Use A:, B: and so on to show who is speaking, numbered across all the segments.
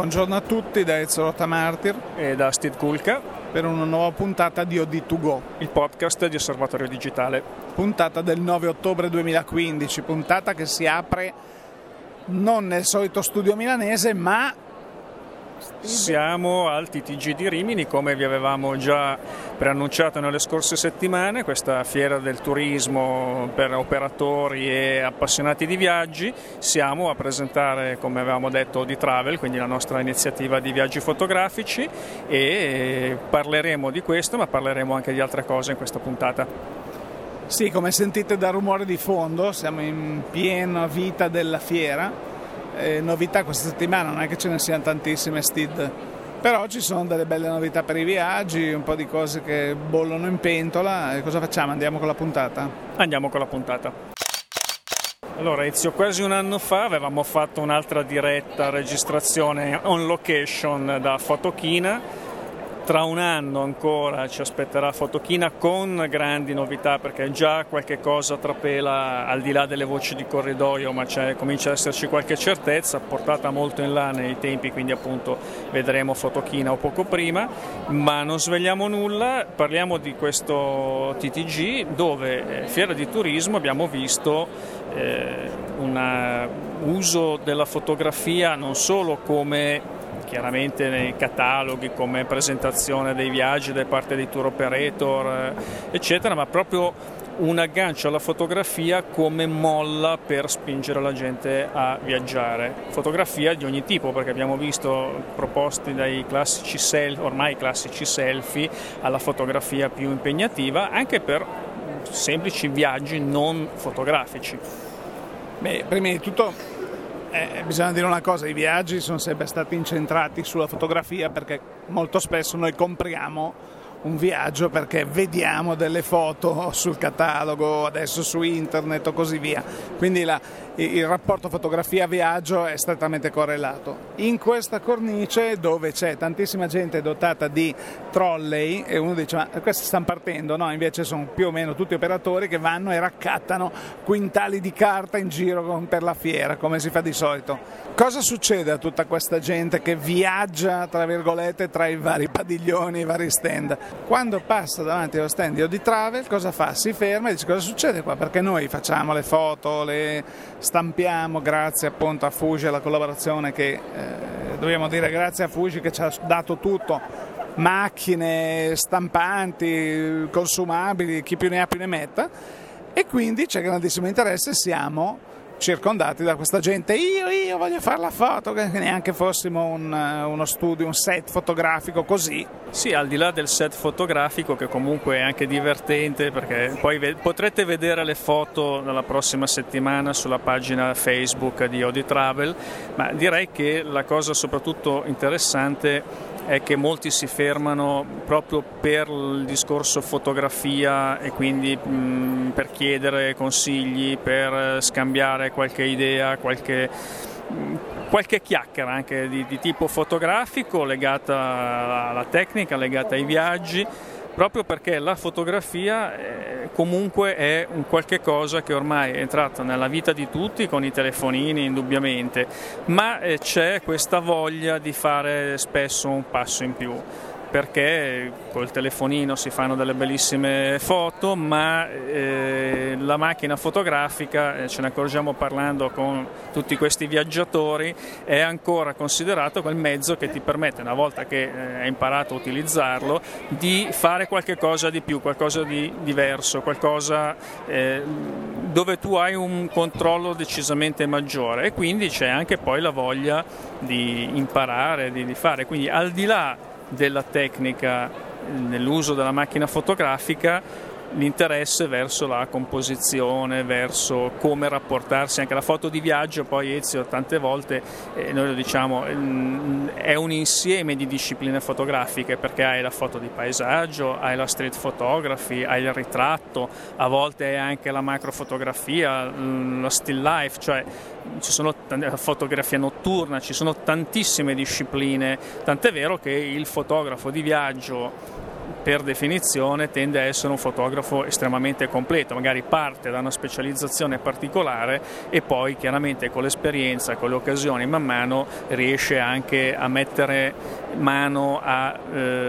A: Buongiorno a tutti da Ezio Rotamartir
B: e da Steve Kulka
A: per una nuova puntata di OD2Go,
B: il podcast di Osservatorio Digitale.
A: Puntata del 9 ottobre 2015, puntata che si apre non nel solito studio milanese, ma
B: siamo al TTG di Rimini, come vi avevamo già preannunciato nelle scorse settimane, questa fiera del turismo per operatori e appassionati di viaggi. Siamo a presentare, come avevamo detto, OD Travel, quindi la nostra iniziativa di viaggi fotografici, e parleremo di questo, ma parleremo anche di altre cose in questa puntata.
A: Sì, come sentite dal rumore di fondo, siamo in piena vita della fiera. Novità questa settimana, non è che ce ne siano tantissime, Steve, però ci sono delle belle novità per i viaggi, un po' di cose che bollono in pentola. E cosa facciamo? Andiamo con la puntata?
B: Andiamo con la puntata. Allora, Ezio, quasi un anno fa avevamo fatto un'altra diretta registrazione on location da Fotochina. Tra un anno ancora ci aspetterà Fotochina con grandi novità, perché già qualche cosa trapela al di là delle voci di corridoio, ma comincia ad esserci qualche certezza, portata molto in là nei tempi, quindi appunto vedremo Fotochina o poco prima, ma non svegliamo nulla. Parliamo di questo TTG dove fiera di turismo abbiamo visto un uso della fotografia non solo come chiaramente nei cataloghi, come presentazione dei viaggi da parte dei tour operator, eccetera, ma proprio un aggancio alla fotografia come molla per spingere la gente a viaggiare. Fotografia di ogni tipo, perché abbiamo visto proposti dai ormai classici selfie alla fotografia più impegnativa, anche per semplici viaggi non fotografici.
A: Beh, prima di tutto bisogna dire una cosa: i viaggi sono sempre stati incentrati sulla fotografia, perché molto spesso noi compriamo un viaggio perché vediamo delle foto sul catalogo, adesso su internet o così via, quindi il rapporto fotografia-viaggio è strettamente correlato. In questa cornice, dove c'è tantissima gente dotata di trolley, e uno dice: ma questi stanno partendo? No, invece sono più o meno tutti operatori che vanno e raccattano quintali di carta in giro per la fiera, come si fa di solito. Cosa succede a tutta questa gente che viaggia, tra virgolette, tra i vari padiglioni, i vari stand? Quando passa davanti allo stand di OD Travel, cosa fa? Si ferma e dice: cosa succede qua? Perché noi facciamo le foto, le stampiamo grazie appunto a Fuji, alla collaborazione che dobbiamo dire grazie a Fuji che ci ha dato tutto, macchine, stampanti, consumabili, chi più ne ha più ne metta, e quindi c'è grandissimo interesse, siamo circondati da questa gente. Io voglio fare la foto, che neanche fossimo uno studio, un set fotografico così.
B: Sì, al di là del set fotografico, che comunque è anche divertente, perché poi potrete vedere le foto dalla prossima settimana sulla pagina Facebook di OD Travel, ma direi che la cosa soprattutto interessante è che molti si fermano proprio per il discorso fotografia, e quindi per chiedere consigli, per scambiare qualche idea, qualche chiacchiera anche di tipo fotografico legata alla tecnica, legata ai viaggi, proprio perché la fotografia comunque è un qualche cosa che ormai è entrata nella vita di tutti con i telefonini, indubbiamente, ma c'è questa voglia di fare spesso un passo in più, perché col telefonino si fanno delle bellissime foto, ma la macchina fotografica, ce ne accorgiamo parlando con tutti questi viaggiatori, è ancora considerato quel mezzo che ti permette, una volta che hai imparato a utilizzarlo, di fare qualche cosa di più, qualcosa di diverso, qualcosa dove tu hai un controllo decisamente maggiore, e quindi c'è anche poi la voglia di imparare, di fare. Quindi al di là della tecnica nell'uso della macchina fotografica, l'interesse verso la composizione, verso come rapportarsi anche alla foto di viaggio. Poi Ezio, tante volte noi lo diciamo, è un insieme di discipline fotografiche, perché hai la foto di paesaggio, hai la street photography, hai il ritratto, a volte hai anche la macrofotografia, la still life, cioè ci sono la fotografia notturna, ci sono tantissime discipline, tant'è vero che il fotografo di viaggio per definizione tende a essere un fotografo estremamente completo, magari parte da una specializzazione particolare e poi chiaramente con l'esperienza, con le occasioni, man mano riesce anche a mettere mano a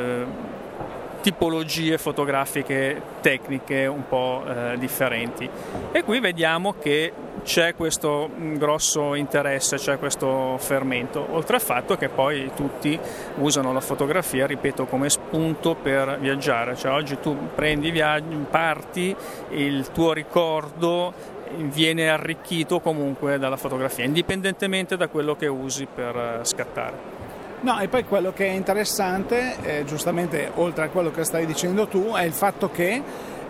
B: tipologie fotografiche tecniche un po' differenti. E qui vediamo che c'è questo grosso interesse, c'è questo fermento, oltre al fatto che poi tutti usano la fotografia, ripeto, come spunto per viaggiare, cioè oggi tu prendi, parti, il tuo ricordo viene arricchito comunque dalla fotografia, indipendentemente da quello che usi per scattare.
A: No, e poi quello che è interessante, giustamente oltre a quello che stai dicendo tu, è il fatto che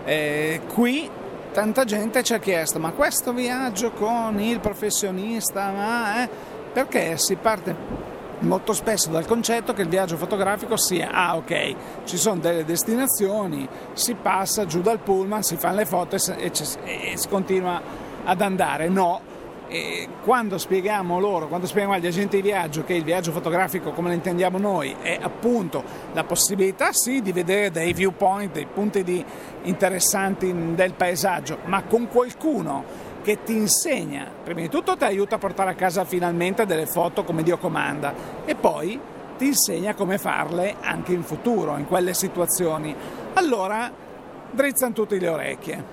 A: qui tanta gente ci ha chiesto: ma questo viaggio con il professionista, perché si parte molto spesso dal concetto che il viaggio fotografico sia ok, ci sono delle destinazioni, si passa giù dal pullman, si fanno le foto e si continua ad andare. No. E quando spieghiamo agli agenti di viaggio che il viaggio fotografico come lo intendiamo noi è appunto la possibilità sì di vedere dei viewpoint, dei punti interessanti del paesaggio, ma con qualcuno che ti insegna, prima di tutto ti aiuta a portare a casa finalmente delle foto come Dio comanda e poi ti insegna come farle anche in futuro, in quelle situazioni, allora drizzano tutte le orecchie.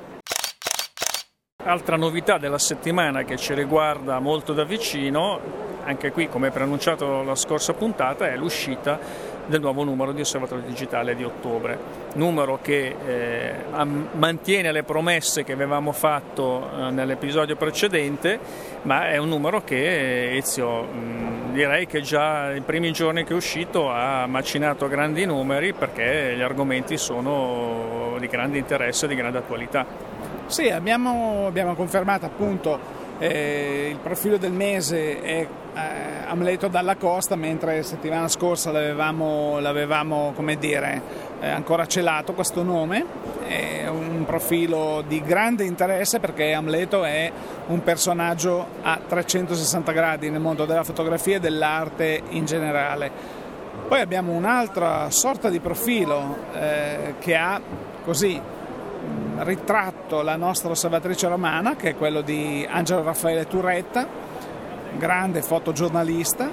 B: Altra novità della settimana che ci riguarda molto da vicino, anche qui come preannunciato la scorsa puntata, è l'uscita del nuovo numero di Osservatorio Digitale di ottobre, numero che mantiene le promesse che avevamo fatto nell'episodio precedente, ma è un numero che Ezio direi che già i primi giorni che è uscito ha macinato grandi numeri perché gli argomenti sono di grande interesse e di grande attualità.
A: Sì, abbiamo confermato appunto il profilo del mese è Amleto Dalla Costa, mentre settimana scorsa l'avevamo come dire ancora celato questo nome. È un profilo di grande interesse perché Amleto è un personaggio a 360 gradi nel mondo della fotografia e dell'arte in generale. Poi abbiamo un'altra sorta di profilo che ha così ritratto la nostra osservatrice romana, che è quello di Angelo Raffaele Turretta, grande fotogiornalista,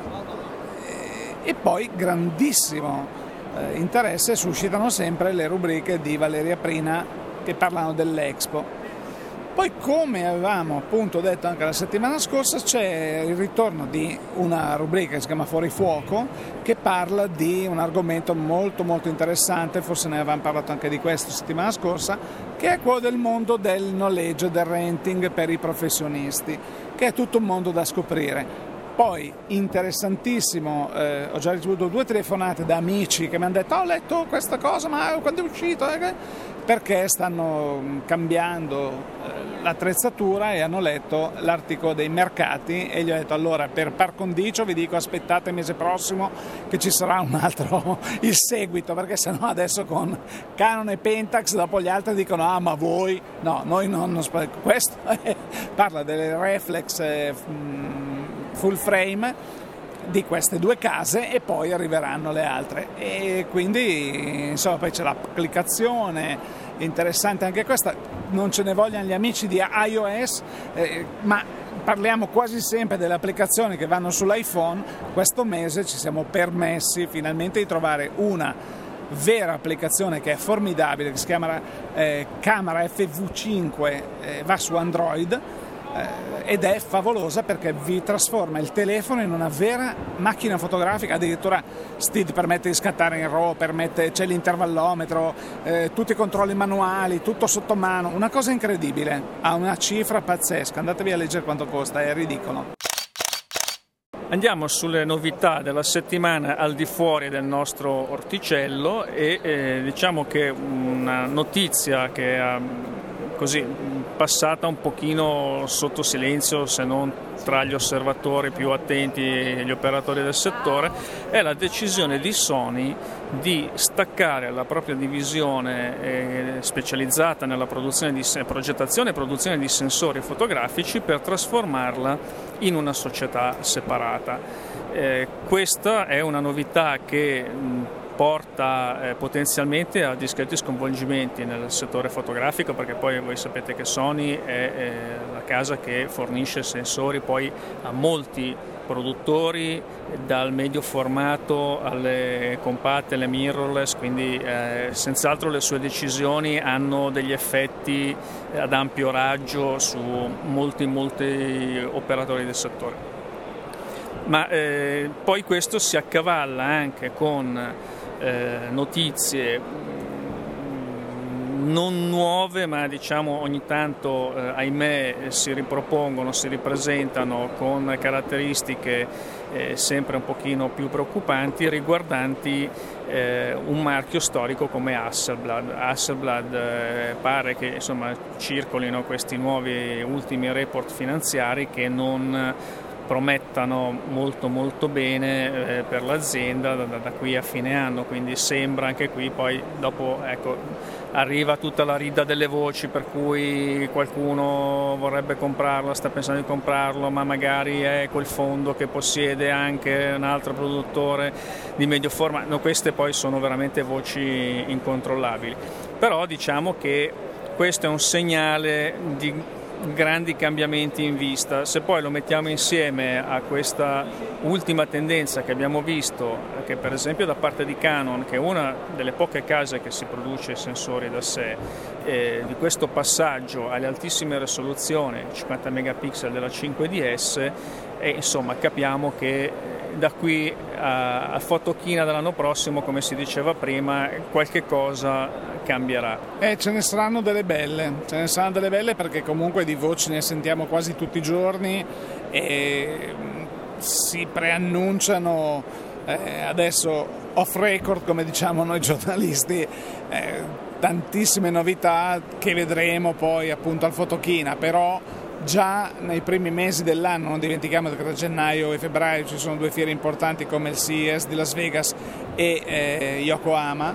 A: e poi grandissimo interesse suscitano sempre le rubriche di Valeria Prina che parlano dell'Expo. Poi, come avevamo appunto detto anche la settimana scorsa, c'è il ritorno di una rubrica che si chiama Fuori Fuoco, che parla di un argomento molto molto interessante, forse ne avevamo parlato anche di questo settimana scorsa, che è quello del mondo del noleggio, del renting per i professionisti, che è tutto un mondo da scoprire. Poi interessantissimo, ho già ricevuto 2 telefonate da amici che mi hanno detto: ho letto questa cosa, ma quando è uscito? Perché stanno cambiando l'attrezzatura e hanno letto l'articolo dei mercati e gli ho detto: allora per par condicio vi dico aspettate il mese prossimo che ci sarà un altro, il seguito, perché sennò adesso con Canon e Pentax dopo gli altri dicono ma voi, no, noi non questo parla delle reflex full frame di queste 2 case e poi arriveranno le altre, e quindi insomma poi c'è l'applicazione interessante anche questa, non ce ne vogliano gli amici di iOS, ma parliamo quasi sempre delle applicazioni che vanno sull'iPhone. Questo mese ci siamo permessi finalmente di trovare una vera applicazione che è formidabile, che si chiama Camera FV5, va su Android, ed è favolosa perché vi trasforma il telefono in una vera macchina fotografica, addirittura ti permette di scattare in RAW, c'è l'intervallometro, tutti i controlli manuali, tutto sotto mano, una cosa incredibile, ha una cifra pazzesca, andatevi a leggere quanto costa, è ridicolo.
B: Andiamo sulle novità della settimana al di fuori del nostro orticello e diciamo che una notizia che ha così passata un pochino sotto silenzio, se non tra gli osservatori più attenti e gli operatori del settore, è la decisione di Sony di staccare la propria divisione specializzata nella progettazione e produzione di sensori fotografici per trasformarla in una società separata. Questa è una novità che porta potenzialmente a discreti sconvolgimenti nel settore fotografico, perché poi voi sapete che Sony è la casa che fornisce sensori poi a molti produttori, dal medio formato alle compatte, alle mirrorless, quindi senz'altro le sue decisioni hanno degli effetti ad ampio raggio su molti operatori del settore. Ma poi questo si accavalla anche con notizie non nuove, ma diciamo ogni tanto ahimè si ripropongono, si ripresentano con caratteristiche sempre un pochino più preoccupanti, riguardanti un marchio storico come Hasselblad. Hasselblad pare che insomma circolino questi nuovi ultimi report finanziari che non promettano molto bene per l'azienda da qui a fine anno, quindi sembra anche qui, poi dopo arriva tutta la rida delle voci per cui qualcuno vorrebbe comprarlo, sta pensando di comprarlo, ma magari è quel fondo che possiede anche un altro produttore di medio formato. No, queste poi sono veramente voci incontrollabili, però diciamo che questo è un segnale di grandi cambiamenti in vista. Se poi lo mettiamo insieme a questa ultima tendenza che abbiamo visto, che per esempio da parte di Canon, che è una delle poche case che si produce sensori da sé, di questo passaggio alle altissime risoluzioni 50 megapixel della 5DS, insomma capiamo che da qui a fotochina dell'anno prossimo, come si diceva prima, qualche cosa cambierà.
A: Ce ne saranno delle belle, perché comunque di voci ne sentiamo quasi tutti i giorni e si preannunciano adesso off record, come diciamo noi giornalisti, tantissime novità che vedremo poi appunto al fotochina, però già nei primi mesi dell'anno, non dimentichiamo che tra gennaio e febbraio ci sono due fiere importanti come il CES di Las Vegas e Yokohama,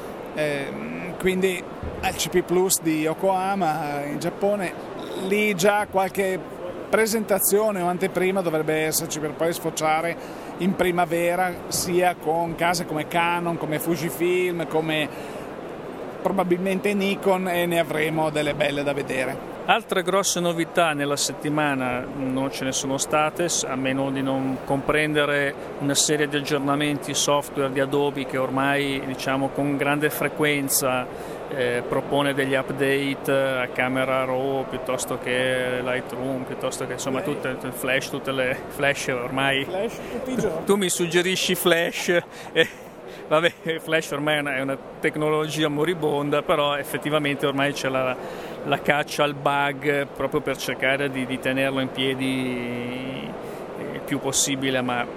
A: quindi al CP Plus di Yokohama in Giappone, lì già qualche presentazione o anteprima dovrebbe esserci per poi sfociare in primavera sia con case come Canon, come Fujifilm, come probabilmente Nikon, e ne avremo delle belle da vedere.
B: Altre grosse novità nella settimana non ce ne sono state, a meno di non comprendere una serie di aggiornamenti software di Adobe che ormai diciamo con grande frequenza propone degli update a Camera Raw piuttosto che Lightroom, piuttosto che insomma tutte le Flash ormai.
A: Flash tutti i giorni.
B: Tu mi suggerisci Flash. Vabbè, Flash ormai è una tecnologia moribonda, però effettivamente ormai c'è la caccia al bug proprio per cercare di tenerlo in piedi il più possibile, ma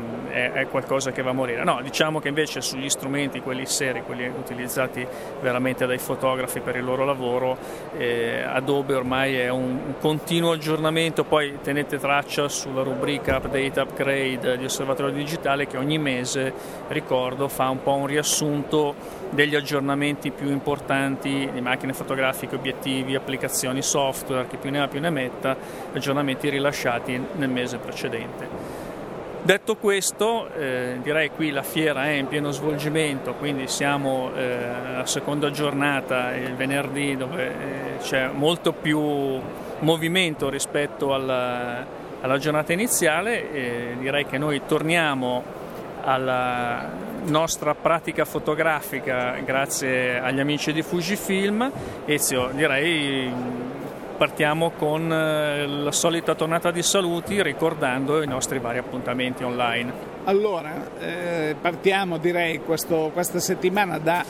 B: è qualcosa che va a morire. No, diciamo che invece sugli strumenti, quelli seri, quelli utilizzati veramente dai fotografi per il loro lavoro, Adobe ormai è un continuo aggiornamento. Poi tenete traccia sulla rubrica Update Upgrade di Osservatorio Digitale, che ogni mese, ricordo, fa un po' un riassunto degli aggiornamenti più importanti di macchine fotografiche, obiettivi, applicazioni software, che più ne ha più ne metta, aggiornamenti rilasciati nel mese precedente. Detto questo, direi qui la fiera è in pieno svolgimento, quindi siamo alla seconda giornata, il venerdì, dove c'è molto più movimento rispetto alla giornata iniziale. Direi che noi torniamo alla nostra pratica fotografica grazie agli amici di Fujifilm. Ezio, direi partiamo con la solita tornata di saluti, ricordando i nostri vari appuntamenti online.
A: Allora, partiamo direi questa settimana da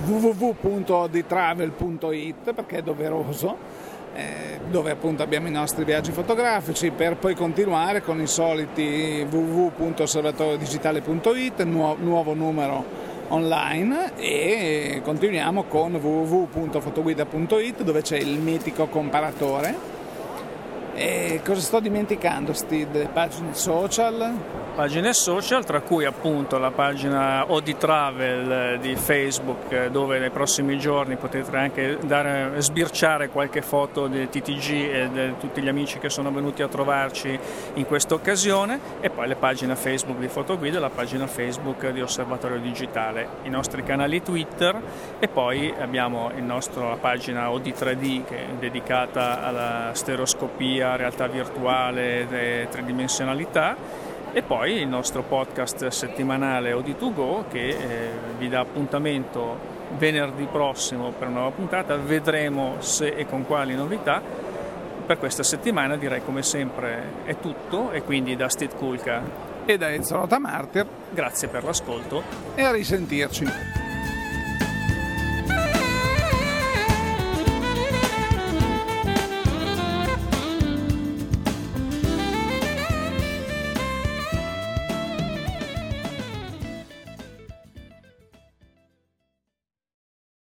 A: www.oditravel.it, perché è doveroso, dove appunto abbiamo i nostri viaggi fotografici, per poi continuare con i soliti www.osservatoriodigitale.it, nuovo numero online, e continuiamo con www.fotoguida.it, dove c'è il mitico comparatore. E cosa sto dimenticando? Delle pagine social?
B: Pagine social, tra cui appunto la pagina OD Travel di Facebook, dove nei prossimi giorni potete anche sbirciare qualche foto del TTG e di tutti gli amici che sono venuti a trovarci in questa occasione, e poi le pagine Facebook di Fotoguide e la pagina Facebook di Osservatorio Digitale, i nostri canali Twitter, e poi abbiamo la pagina OD3D che è dedicata alla stereoscopia, realtà virtuale e tridimensionalità, e poi il nostro podcast settimanale OD2Go che vi dà appuntamento venerdì prossimo per una nuova puntata. Vedremo se e con quali novità. Per questa settimana direi come sempre è tutto, e quindi da Steve Kulka
A: e da Ezio Rota Martir,
B: grazie per l'ascolto
A: e a risentirci.